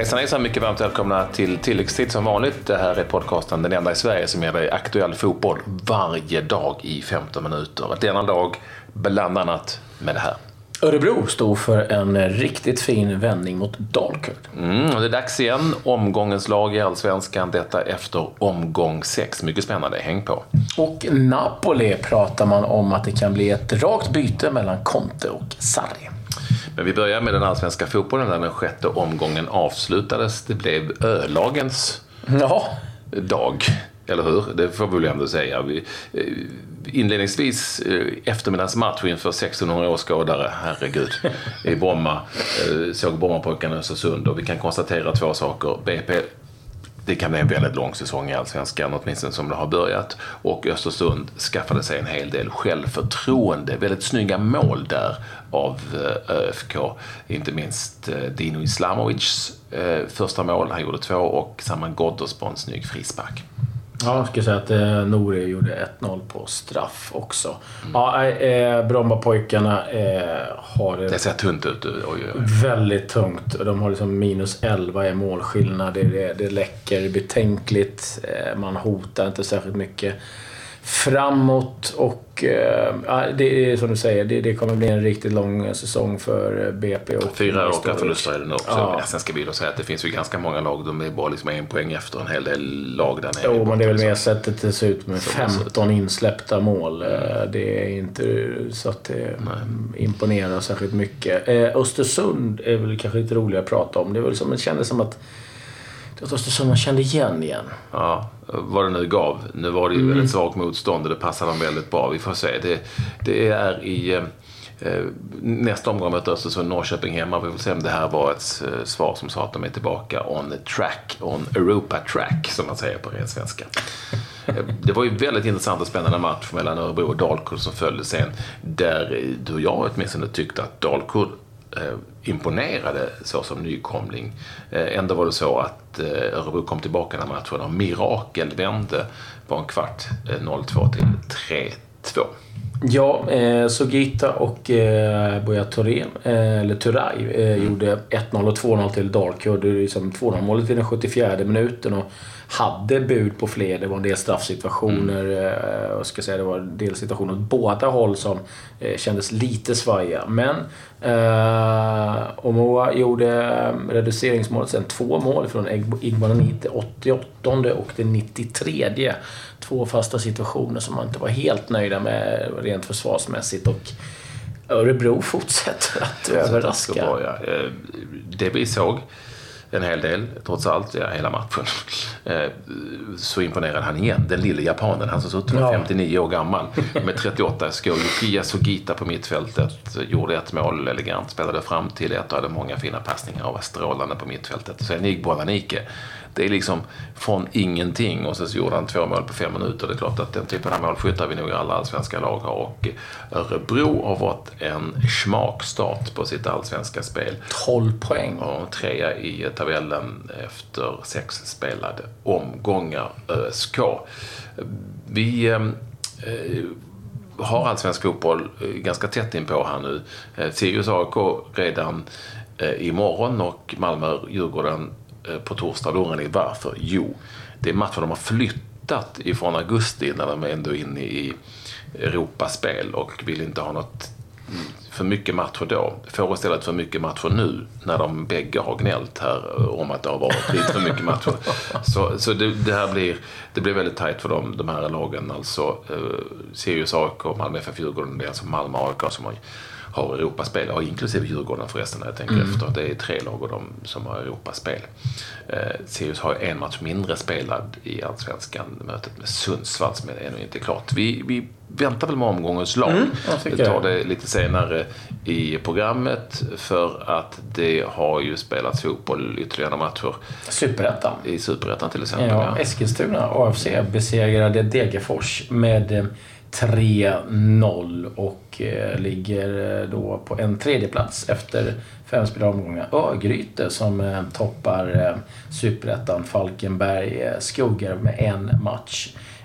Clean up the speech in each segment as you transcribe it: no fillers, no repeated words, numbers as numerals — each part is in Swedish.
Hejsan, mycket varmt välkomna till Tilläggstid som vanligt. Det här är podcasten Den enda i Sverige som ger dig aktuell fotboll varje dag i 15 minuter. Denna dag bland annat med det här. Örebro stod för en riktigt fin vändning mot Dalkurd. Och det är dags igen. Omgångens lag i Allsvenskan. Detta efter omgång 6. Mycket spännande. Häng på. Och Napoli pratar man om att det kan bli ett rakt byte mellan Conte och Sarri. Men vi börjar med den allsvenska fotbollen där den 6:e omgången avslutades. Det blev ölagens dag, eller hur? Det får vi väl ändå säga. Inledningsvis eftermiddagsmatch inför 1600 åskådare, herregud, i Bromma. Såg Brommapojkarna i Östersund och vi kan konstatera två saker. BP, det kan bli en väldigt lång säsong i Allsvenskan, åtminstone som det har börjat. Och Östersund skaffade sig en hel del självförtroende. Väldigt snygga mål där av ÖFK. Inte minst Dino Islamovics första mål. Han gjorde 2 och Saman Ghoddos på en snygg frispark. Ja, jag ska säga att Nori gjorde 1-0 på straff också. Ja, Brommapojkarna har det ser tunt ut. Väldigt tungt. De har liksom -11 i målskillnad. Det läcker betänkligt. Man hotar inte särskilt mycket framåt och det är som du säger, det kommer bli en riktigt lång säsong för BP. Och 4 raka förluster är det nu också. Ja. Sen ska vi då säga att det finns ju ganska många lag, de är bara liksom 1 poäng efter en hel del lag där nere. Jo, men det är väl mer sättet det ser ut med 15 insläppta mål. Det är inte så att det imponerar särskilt mycket. Östersund är väl kanske lite roligare att prata om. Det är väl som, det kändes som att Östersund man kände igen. Ja, vad det nu gav. Nu var det ju väldigt svagt motstånd och det passade dem väldigt bra. Vi får se. Det är i nästa omgång med Östersund Norrköping hemma. Vi får se om det här var ett svar som sa att de är tillbaka on Europa track, som man säger på ren svenska. Det var ju väldigt intressant och spännande match mellan Örebro och Dalkurd som följde sen. Där du och jag åtminstone tyckte att Dalkurd imponerade så som nykomling. Ändå var det så att Örebro kom tillbaka den matchen och mirakel vände på en kvart 0-2 till 3-2. Ja, Sogita och Buya Turay gjorde 1-0 och 2-0 till Dalkurd. Det är liksom 2-0-målet i den 74:e minuten och hade bud på fler. Det var en del straffsituationer. Jag ska säga, det var en del situationer åt båda håll som kändes lite svaja. Men Omoa gjorde reduceringsmålet, sen 2 mål från Igbanani till 88 och till 93. 2 fasta situationer som man inte var helt nöjda med rent försvarsmässigt, och Örebro fortsätter att överraska. Det vi såg en hel del, trots allt, hela matchen, så imponerade han igen. Den lilla japanen, han som suttit 59 år gammal med 38 skor. Yukiya Sugita på mittfältet gjorde 1 mål elegant, spelade fram till 1 och hade många fina passningar och var strålande på mittfältet. Och sen Igbananike, det är liksom från ingenting, och så gjorde han 2 mål på 5 minuter. Det är klart att den typen av målskyttar vi nog alla allsvenska lag har, och Örebro har fått en smakstart på sitt allsvenska spel. 12 poäng. Och 3 i tabellen efter 6 spelade omgångar. ÖSK. Vi har allsvensk fotboll ganska tätt in på här nu. Sirius AIK redan imorgon och Malmö-Djurgården på torsdag. Då är varför? Jo, det är matcher de har flyttat ifrån augusti när de är ändå inne i Europaspel och vill inte ha något för mycket matcher då. Får istället för mycket matcher nu när de bägge har gnällt här om att det har varit lite för mycket matcher. Så det här blir väldigt tajt för de här lagen. Alltså Sirius AIK, Malmö FF Djurgården, det är alltså Malmö AIK som har Europaspel, och inklusive Djurgården förresten när jag tänker efter. Det är 3 lag och de som har Europaspel. Sirius har 1 match mindre spelad i Allsvenskan, mötet med Sundsvall som är ännu inte klart. Vi väntar väl med omgångens lag. Vi tar det lite senare i programmet, för att det har ju spelats fotboll ytterligare matcher. Superettan. I Superettan till exempel. Ja, Eskilstuna AFC besegrade Degerfors med 3-0 och ligger då på en 3:e plats efter 5 spelade omgångar. Örgryte som toppar Superettan. Falkenberg skuggar med 1 match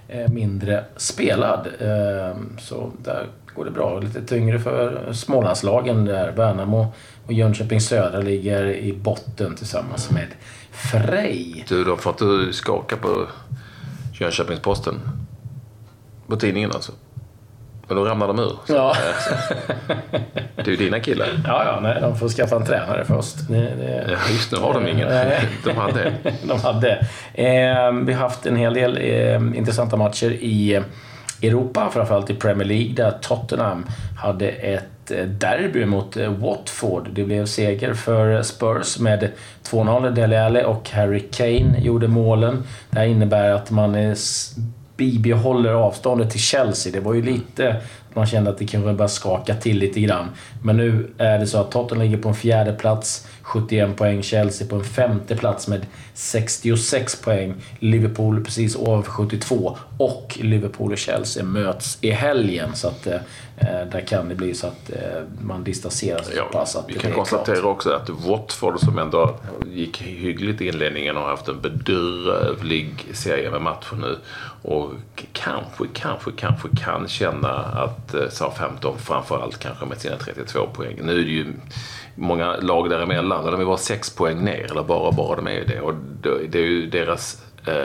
mindre spelad. Så där går det bra. Lite tyngre för Smålandslagen där. Värnamo och Jönköping Södra ligger i botten tillsammans med Frej. Du, då får inte skaka på Jönköpingsposten. På tidningen alltså. Men då ramlar de ur. Ja. Det är ju dina killar. Ja, nej, de får skaffa en tränare först. Ja, just nu har de ingen. De hade. De hade. Vi har haft en hel del intressanta matcher i Europa, framförallt i Premier League, där Tottenham hade ett derby mot Watford. Det blev seger för Spurs med 2-0. Dele Alli och Harry Kane gjorde målen. Det här innebär att man bibehåller avståndet till Chelsea. Det var ju lite, man kände att det kunde bara skaka till lite grann. Men nu är det så att Tottenham ligger på en 4:e plats, 71 poäng. Chelsea på en 5:e plats med 66 poäng. Liverpool precis ovanför 72. Och Liverpool och Chelsea möts i helgen. Så att där kan det bli så att man distanserar sig så pass att vi kan konstatera också att Watford, som ändå gick hyggligt i inledningen, har haft en bedrövlig serie med matcher nu. Och kanske kan känna att Southampton framförallt kanske med sina 32 poäng. Nu är det ju många lag däremellan och de är bara 6 poäng ner, eller bara de är det. Och det är ju deras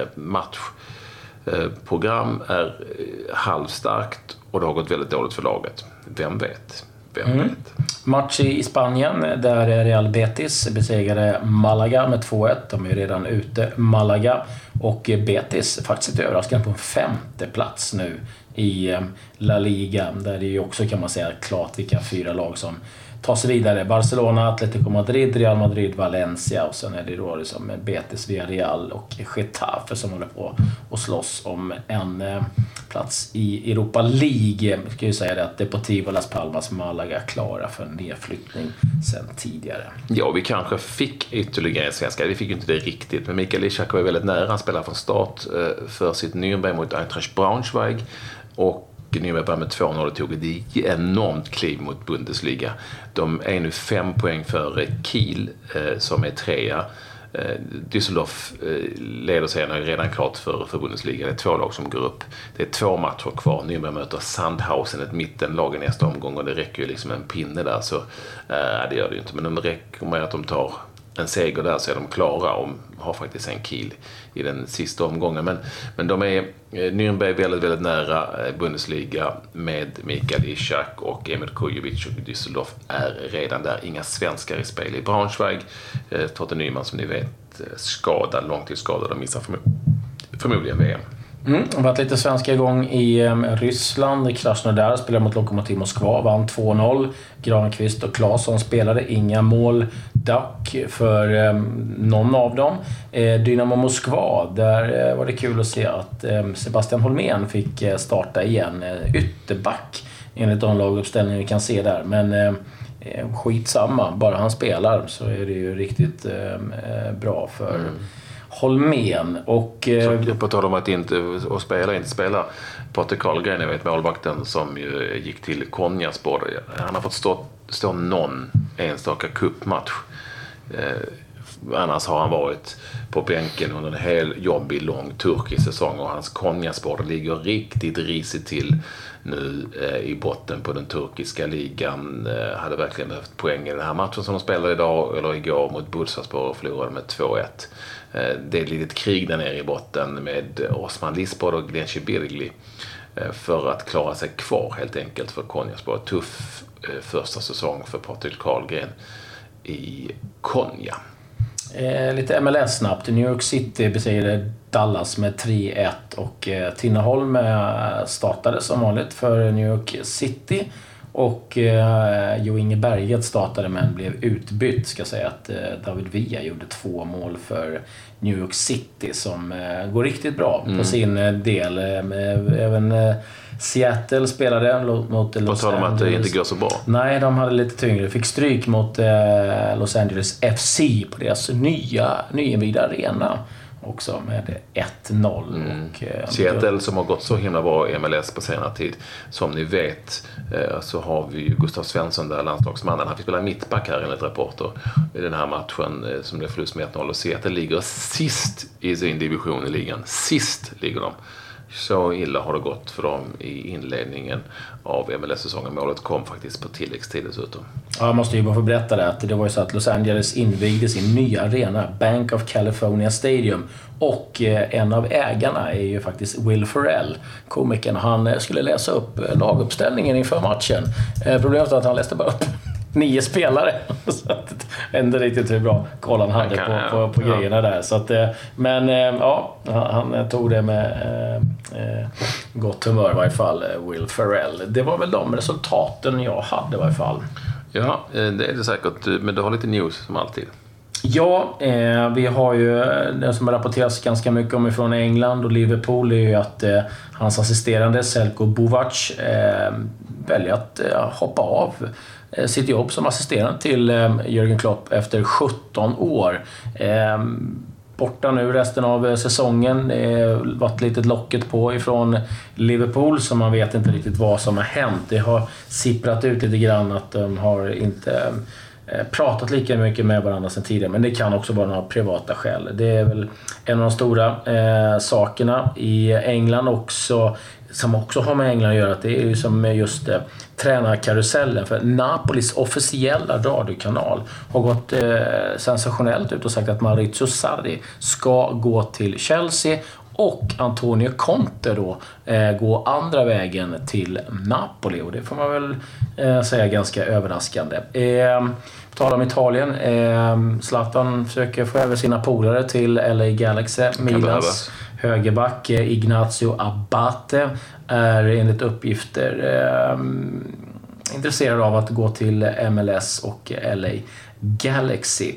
matchprogram är halvstarkt och det har gått väldigt dåligt för laget. Vem vet? Match i Spanien där Real Betis besegrade Malaga med 2-1. De är ju redan ute, Malaga. Och Betis faktiskt överraskande på en 5:e plats nu i La Liga. Där det ju också, kan man säga, klart vilka 4 lag som tar sig vidare. Barcelona, Atletico Madrid, Real Madrid, Valencia. Och sen är det då liksom Betis, Villarreal och Getafe som håller på och slåss om en plats i Europa League. Jag ska ju säga det att Deportivo Las Palmas, Malaga klara för nedflyttning sen tidigare. Ja, vi kanske fick ytterligare en svenska. Vi fick ju inte det riktigt. Men Mikael Ishak var väldigt nära. Han spelade från start för sitt Nürnberg mot Eintracht Braunschweig. Och Nürnberg med 2-0 tog ett enormt kliv mot Bundesliga. De är nu 5 poäng före Kiel som är 3:a. Düsseldorf leder sig redan klart för Bundesliga. Det är 2 lag som går upp. Det är 2 matcher kvar. Nürnberg möter Sandhausen, ett mittenlag i nästa omgång, och det räcker ju liksom en pinne där, så det gör det ju inte. Men det räcker med att de tar en seger där så är de klara och har faktiskt en Kiel i den sista omgången. Men de är Nürnberg väldigt, väldigt nära Bundesliga med Mikael Ishak och Emil Kujovic, och Düsseldorf är redan där. Inga svenskar i spel i Braunschweig. Torten Nyman, som ni vet, långtidsskadad och missar förmodligen VM. Det har varit lite svenska igång i Ryssland. Krasnodar spelade mot Lokomotiv Moskva, vann 2-0. Granqvist och Claesson spelade, inga mål dock för någon av dem. Dynamo Moskva, där var det kul att se att Sebastian Holmén fick starta igen. Ytterback enligt de laguppställningar vi kan se där, men skitsamma, bara han spelar så är det ju riktigt bra för Holmén. Och på tal om att inte spela Patrik Karlgren, jag vet, målvakten som ju gick till Konyaspor. Han har fått stå någon enstaka cupmatch. Annars har han varit på bänken under en hel jobbig lång turkisk säsong, och hans Konyaspor ligger riktigt risigt till nu i botten på den turkiska ligan. Hade verkligen behövt poäng i den här matchen som de spelade idag eller igår mot Bursaspor och förlorade med 2-1. Det är ett litet krig där nere i botten med Osman Lispor och Glenn Birgli för att klara sig kvar helt enkelt för Konyaspor. Tuff första säsong för Patrik Karlgren i Konya. Lite MLS snabbt. New York City besegrade Dallas med 3-1 och Tinnaholm startade som vanligt för New York City, och Jo Inge Berget startade men blev utbytt. Ska säga att David Villa gjorde 2 mål för New York City som går riktigt bra på sin del. Även Seattle spelade mot Los Angeles. Att det inte går så bra. Nej, de hade lite tyngre. Fick stryk mot Los Angeles FC på deras nyinvigda arena också med 1-0. Seattle som har gått så himla bra i MLS på senare tid. Som ni vet så har vi ju Gustav Svensson där, landslagsmannen. Han fick spela mittback här enligt rapporter i den här matchen som blev förlust med 1-0. Och Seattle ligger sist i sin division i ligan. Sist ligger de. så illa har det gått för dem i inledningen av MLS-säsongen. Målet kom faktiskt på tilläggstid dessutom. Ja, jag måste ju bara få berätta det. Att det var ju så att Los Angeles invigde sin nya arena, Bank of California Stadium. Och en av ägarna är ju faktiskt Will Ferrell, komikern. Han skulle läsa upp laguppställningen inför matchen. Problemet var att han läste bara upp 9 spelare. Så att det ändå riktigt hur bra koll han hade på grejerna där. Så att, men ja, han tog det med gott humör i varje fall, Will Ferrell. Det var väl de resultaten jag hade i varje fall. Ja, det är det säkert. Men du har lite news som alltid. Ja, vi har ju det som rapporteras ganska mycket om ifrån England och Liverpool är ju att hans assisterande Selko Buvac väljer att hoppa av sitt jobb som assisterande till Jürgen Klopp efter 17 år. Borta nu resten av säsongen. Det har varit lite locket på ifrån Liverpool, så man vet inte riktigt vad som har hänt. Det har sipprat ut lite grann att de har inte pratat lika mycket med varandra sedan tidigare, men det kan också vara några privata skäl. Det är väl en av de stora sakerna i England också, som också har med England att göra, att det är ju som just tränarkarusellen, för Napolis officiella radiokanal har gått sensationellt ut och sagt att Maurizio Sarri ska gå till Chelsea och Antonio Conte då gå andra vägen till Napoli, och det får man väl säga ganska överraskande. På tal om Italien, Zlatan försöker få över sina polare till LA Galaxy. Milans högerback Ignazio Abate är enligt uppgifter intresserad av att gå till MLS och LA Galaxy.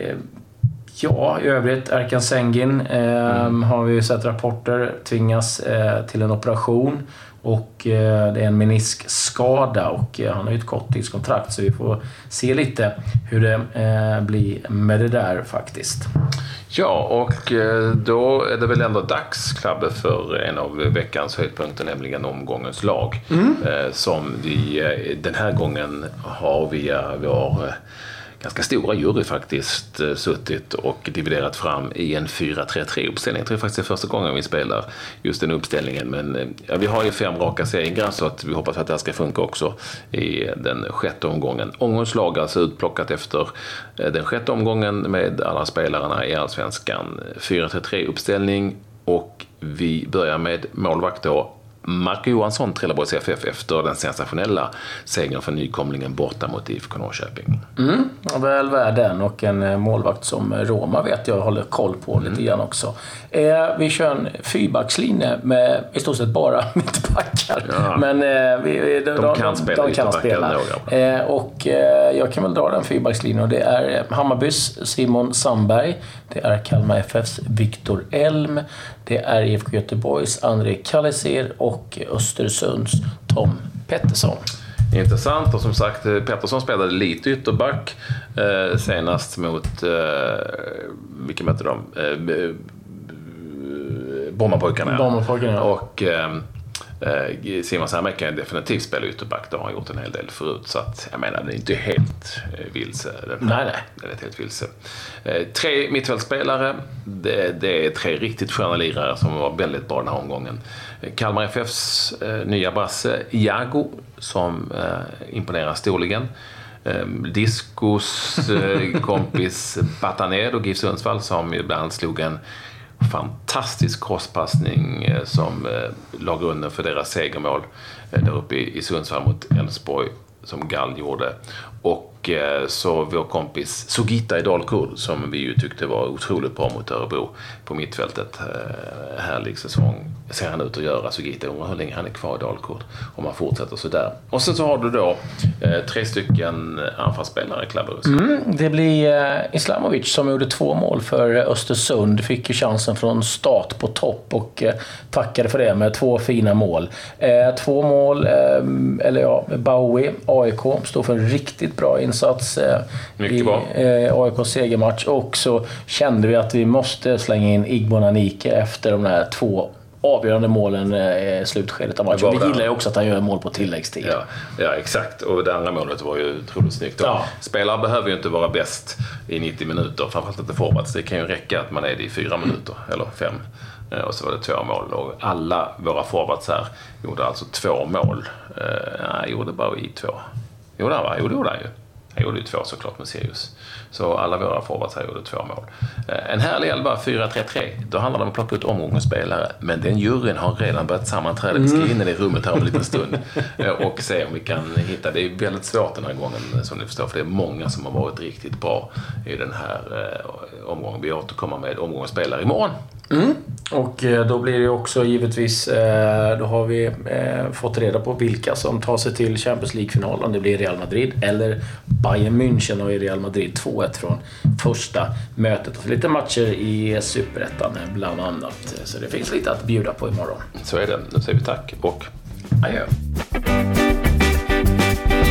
Ja, i övrigt Erkan Sengin har vi sett rapporter tvingas till en operation, och det är en meniskskada, och han har ju ett korttidskontrakt, så vi får se lite hur det blir med det där faktiskt. Ja, och då är det väl ändå dags, Klabbe, för en av veckans höjdpunkter, nämligen omgångens lag. Som vi den här gången har via vår ganska stora jury faktiskt suttit och dividerat fram i en 4-3-3-uppställning. Jag tror faktiskt det är första gången vi spelar just den uppställningen. Men ja, vi har ju 5 raka segrar, så att vi hoppas att det här ska funka också i den 6:e omgången. Omgångens lag alltså utplockat efter den 6:e omgången med alla spelarna i Allsvenskan. 4-3-3-uppställning, och vi börjar med målvakt då. Marco Johansson, Trelleborgs FF, efter den sensationella segern för nykomlingen borta mot IFK Norrköping. Väl värd den, och en målvakt som Roma vet jag håller koll på lite grann också. Vi kör en 4-backslinje med i stort sett bara mittbackar. Ja. Men de kan spela. Och jag kan väl dra den 4-backslinjen, och det är Hammarbys Simon Sandberg, det är Kalmar FFs Viktor Elm, det är IFK Göteborgs André Kallisir och Östersunds Tom Pettersson. Intressant, och som sagt, Pettersson spelade lite ytterback senast mot vilka mötte de? Bommarpojkarna. Och Simon Sandberg kan definitivt spela ytterback, då har han gjort en hel del förut, så att jag menar, det är inte helt vilse. Nej. Det är helt vilse. 3 mittfältspelare, det är 3 riktigt sköna lirare som var väldigt bra den här omgången. Kalmar FFs nya brasse Iago, som imponerar storligen. Discos kompis Bataner och GIF Sundsvall, som ibland slog en fantastisk crosspassning som la grunden för deras segermål där uppe i Sundsvall mot Elfsborg, som Gall gjorde. Och så vår kompis Sugita i Dalkurd, som vi ju tyckte var otroligt bra mot Örebro på mittfältet. Härlig säsong ser han ut att göra, Sugita. Undrar hur länge han är kvar i Dalkurd om man fortsätter så där. Och sen så har du då 3 stycken anfallsspelare, Klabberus. Det blir Islamovic som gjorde 2 mål för Östersund. Fick ju chansen från start på topp och tackade för det med 2 fina mål. 2 mål, Bowie, AIK, står för en riktigt bra insats i AIKs segermatch. Och så kände vi att vi måste slänga in Igbo Nanike efter de här 2 avgörande målen i slutskedet av matchen. Vi gillar ju också att han gör mål på tilläggstid. Ja, exakt. Och det andra målet var ju otroligt snyggt. Ja. Spelare behöver ju inte vara bäst i 90 minuter, framförallt inte forwards. Det kan ju räcka att man är det i 4 minuter eller 5. Och så var det 2 mål. Och alla våra forwards här gjorde alltså 2 mål. Jag gjorde bara i 2. Jo, det gjorde han ju. Jag gjorde ju 2 såklart med Sirius. Så alla våra forwards här gjorde 2 mål. En härlig 11, 4-3-3. Då handlar det om att plocka ut omgångens spelare. Men den juryn har redan börjat sammanträda. Vi ska in i rummet här om en liten stund. Och se om vi kan hitta. Det är väldigt svårt den här gången, som ni förstår. För det är många som har varit riktigt bra i den här omgången. Vi återkommer med omgångens spelare imorgon. Och då blir det också givetvis, då har vi fått reda på vilka som tar sig till Champions League-finalen. Det blir Real Madrid eller Bayern München, och i Real Madrid 2-1 från första mötet. Och lite matcher i Superettan bland annat. Så det finns lite att bjuda på imorgon. Så är det. Nu säger vi tack och adjö.